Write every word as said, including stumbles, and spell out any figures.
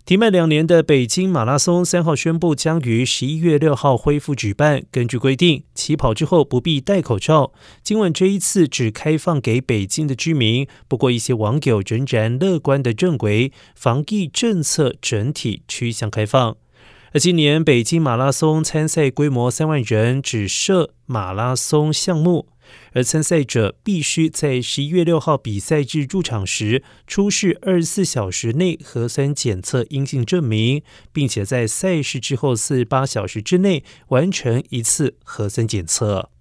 停办两年的北京马拉松三号宣布将于十一月六号恢复举办。根据规定，起跑之后不必戴口罩。尽管这一次只开放给北京的居民，不过一些网友仍然乐观地认为，防疫政策整体趋向开放。而今年北京马拉松参赛规模三万人，只设马拉松项目。而参赛者必须在十一月六号比赛日入场时出示二十四小时内核酸检测阴性证明，并且在赛事之后四十八小时之内完成一次核酸检测。